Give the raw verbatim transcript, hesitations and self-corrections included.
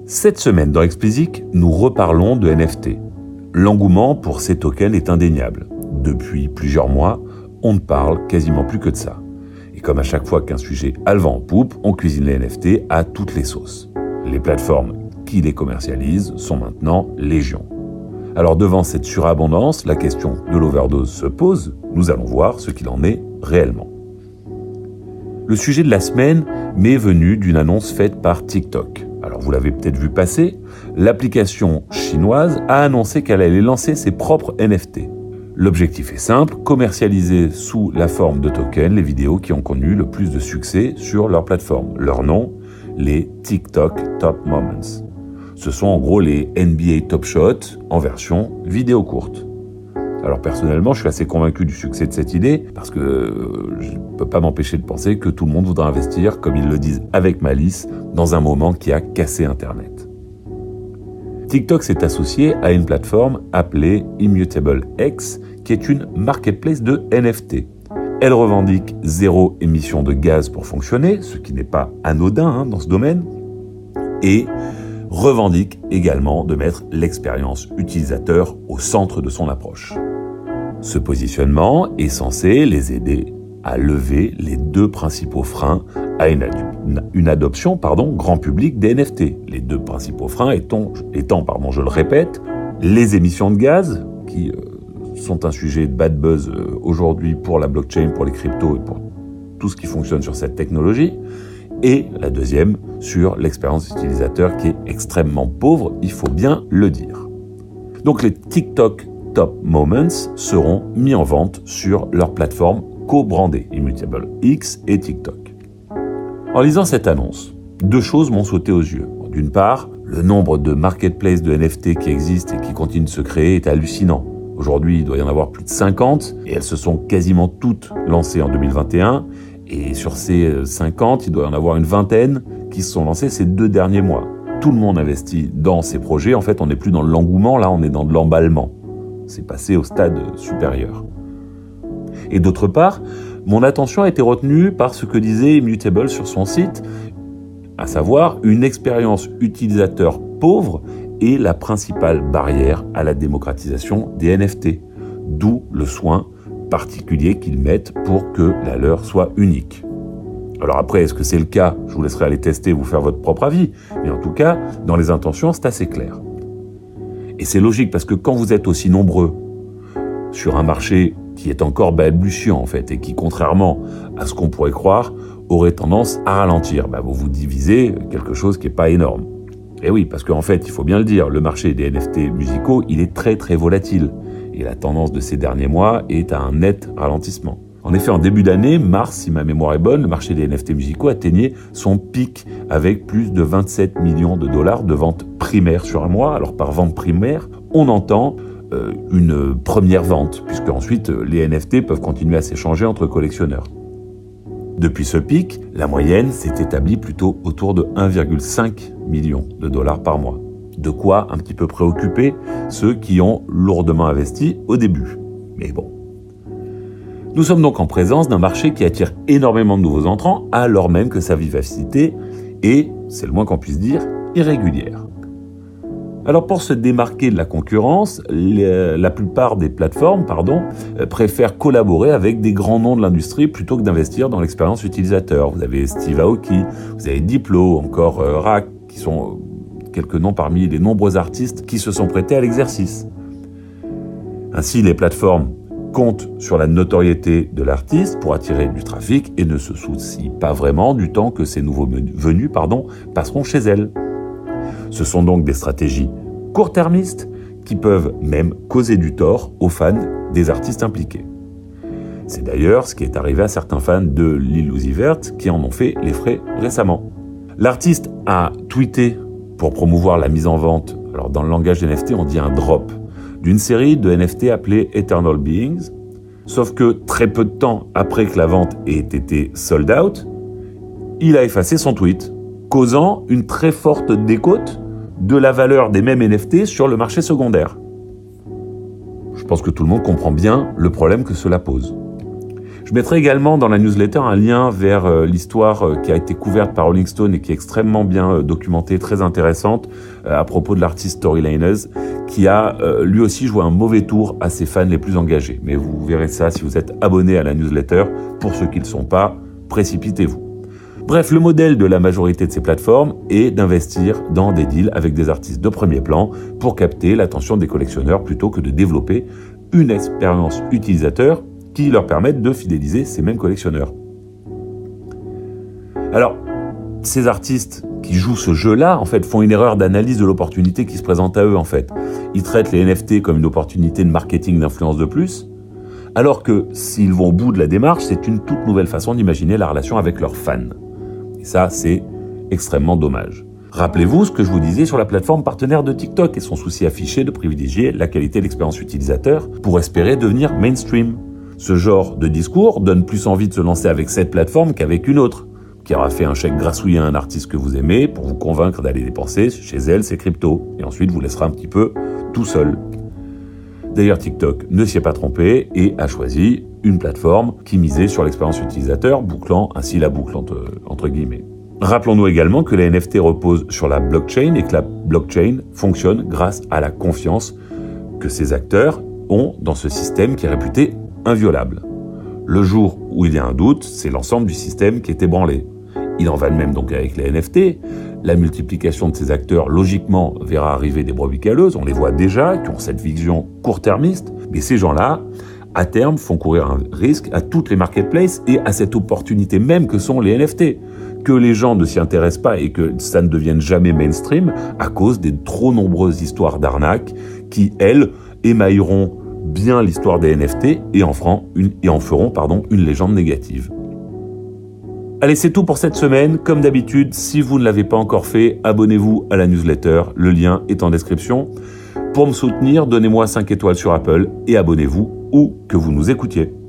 Cette semaine dans Explicit, nous reparlons de N F T. L'engouement pour ces tokens est indéniable. Depuis plusieurs mois, on ne parle quasiment plus que de ça. Et comme à chaque fois qu'un sujet a le vent en poupe, on cuisine les N F T à toutes les sauces. Les plateformes qui les commercialisent sont maintenant légion. Alors devant cette surabondance, la question de l'overdose se pose. Nous allons voir ce qu'il en est réellement. Le sujet de la semaine m'est venu d'une annonce faite par TikTok. Alors vous l'avez peut-être vu passer, l'application chinoise a annoncé qu'elle allait lancer ses propres N F T. L'objectif est simple, commercialiser sous la forme de tokens les vidéos qui ont connu le plus de succès sur leur plateforme. Leur nom, les TikTok Top Moments. Ce sont en gros les N B A Top Shots en version vidéo courte. Alors personnellement, je suis assez convaincu du succès de cette idée parce que euh, je ne peux pas m'empêcher de penser que tout le monde voudra investir, comme ils le disent avec malice, dans un moment qui a cassé Internet. TikTok s'est associé à une plateforme appelée Immutable X, qui est une marketplace de N F T. Elle revendique zéro émission de gaz pour fonctionner, ce qui n'est pas anodin hein, dans ce domaine, et revendique également de mettre l'expérience utilisateur au centre de son approche. Ce positionnement est censé les aider à lever les deux principaux freins à une, ad- une adoption pardon, grand public des N F T. Les deux principaux freins étant, étant pardon, je le répète, les émissions de gaz, qui euh, sont un sujet de bad buzz euh, aujourd'hui pour la blockchain, pour les cryptos et pour tout ce qui fonctionne sur cette technologie, et la deuxième sur l'expérience utilisateur qui est extrêmement pauvre, il faut bien le dire. Donc les TikTok Top Moments seront mis en vente sur leur plateforme co-brandée, Immutable X et TikTok. En lisant cette annonce, deux choses m'ont sauté aux yeux. D'une part, le nombre de marketplaces de N F T qui existent et qui continuent de se créer est hallucinant. Aujourd'hui, il doit y en avoir plus de cinquante et elles se sont quasiment toutes lancées en deux mille vingt et un. Et sur ces cinquante, il doit y en avoir une vingtaine qui se sont lancées ces deux derniers mois. Tout le monde investit dans ces projets. En fait, on n'est plus dans l'engouement, là, on est dans de l'emballement. C'est passé au stade supérieur. Et d'autre part, mon attention a été retenue par ce que disait Immutable sur son site, à savoir une expérience utilisateur pauvre est la principale barrière à la démocratisation des N F T. D'où le soin particulier qu'ils mettent pour que la leur soit unique. Alors après, est-ce que c'est le cas ? Je vous laisserai aller tester et vous faire votre propre avis. Mais en tout cas, dans les intentions, c'est assez clair. Et c'est logique parce que quand vous êtes aussi nombreux sur un marché qui est encore balbutiant en fait et qui, contrairement à ce qu'on pourrait croire, aurait tendance à ralentir, bah, vous vous divisez quelque chose qui n'est pas énorme. Et oui, parce qu'en fait, il faut bien le dire, le marché des N F T musicaux, il est très très volatile. Et la tendance de ces derniers mois est à un net ralentissement. En effet, en début d'année, mars, si ma mémoire est bonne, le marché des N F T musicaux atteignait son pic avec plus de vingt-sept millions de dollars de ventes primaires sur un mois. Alors par vente primaire, on entend euh, une première vente, puisque ensuite les N F T peuvent continuer à s'échanger entre collectionneurs. Depuis ce pic, la moyenne s'est établie plutôt autour de un virgule cinq million de dollars par mois. De quoi un petit peu préoccuper ceux qui ont lourdement investi au début. Mais bon. Nous sommes donc en présence d'un marché qui attire énormément de nouveaux entrants, alors même que sa vivacité est, c'est le moins qu'on puisse dire, irrégulière. Alors pour se démarquer de la concurrence, les, la plupart des plateformes pardon, préfèrent collaborer avec des grands noms de l'industrie plutôt que d'investir dans l'expérience utilisateur. Vous avez Steve Aoki, vous avez Diplo, encore euh, Rack, qui sont quelques noms parmi les nombreux artistes qui se sont prêtés à l'exercice. Ainsi, les plateformes comptent sur la notoriété de l'artiste pour attirer du trafic et ne se soucient pas vraiment du temps que ces nouveaux venus pardon, passeront chez elles. Ce sont donc des stratégies court-termistes qui peuvent même causer du tort aux fans des artistes impliqués. C'est d'ailleurs ce qui est arrivé à certains fans de Lil Uzi Vert qui en ont fait les frais récemment. L'artiste a tweeté pour promouvoir la mise en vente, alors dans le langage des N F T, on dit un drop, d'une série de N F T appelée Eternal Beings, sauf que très peu de temps après que la vente ait été sold out, il a effacé son tweet, causant une très forte décote de la valeur des mêmes N F T sur le marché secondaire. Je pense que tout le monde comprend bien le problème que cela pose. Je mettrai également dans la newsletter un lien vers euh, l'histoire euh, qui a été couverte par Rolling Stone et qui est extrêmement bien euh, documentée, très intéressante, euh, à propos de l'artiste Tory Lanez, qui a euh, lui aussi joué un mauvais tour à ses fans les plus engagés. Mais vous verrez ça si vous êtes abonné à la newsletter. Pour ceux qui ne le sont pas, précipitez-vous. Bref, le modèle de la majorité de ces plateformes est d'investir dans des deals avec des artistes de premier plan pour capter l'attention des collectionneurs plutôt que de développer une expérience utilisateur qui leur permette de fidéliser ces mêmes collectionneurs. Alors, ces artistes qui jouent ce jeu-là, en fait, font une erreur d'analyse de l'opportunité qui se présente à eux, en fait. Ils traitent les N F T comme une opportunité de marketing d'influence de plus, alors que s'ils vont au bout de la démarche, c'est une toute nouvelle façon d'imaginer la relation avec leurs fans. Et ça, c'est extrêmement dommage. Rappelez-vous ce que je vous disais sur la plateforme partenaire de TikTok et son souci affiché de privilégier la qualité de l'expérience utilisateur pour espérer devenir mainstream. Ce genre de discours donne plus envie de se lancer avec cette plateforme qu'avec une autre, qui aura fait un chèque grassouillé à un artiste que vous aimez pour vous convaincre d'aller dépenser chez elle ses cryptos, et ensuite vous laissera un petit peu tout seul. D'ailleurs, TikTok ne s'y est pas trompé et a choisi une plateforme qui misait sur l'expérience utilisateur, bouclant ainsi la boucle entre, entre guillemets. Rappelons-nous également que les N F T reposent sur la blockchain et que la blockchain fonctionne grâce à la confiance que ces acteurs ont dans ce système qui est réputé inviolable. Le jour où il y a un doute, c'est l'ensemble du système qui est ébranlé. Il en va de même donc avec les N F T. La multiplication de ces acteurs, logiquement, verra arriver des brebis galeuses. On les voit déjà, qui ont cette vision court-termiste. Mais ces gens-là, à terme, font courir un risque à toutes les marketplaces et à cette opportunité même que sont les N F T. Que les gens ne s'y intéressent pas et que ça ne devienne jamais mainstream à cause des trop nombreuses histoires d'arnaques qui, elles, émailleront bien l'histoire des N F T et en feront une, et en feront, pardon, une légende négative. Allez, c'est tout pour cette semaine. Comme d'habitude, si vous ne l'avez pas encore fait, abonnez-vous à la newsletter. Le lien est en description. Pour me soutenir, donnez-moi cinq étoiles sur Apple et abonnez-vous où que vous nous écoutiez.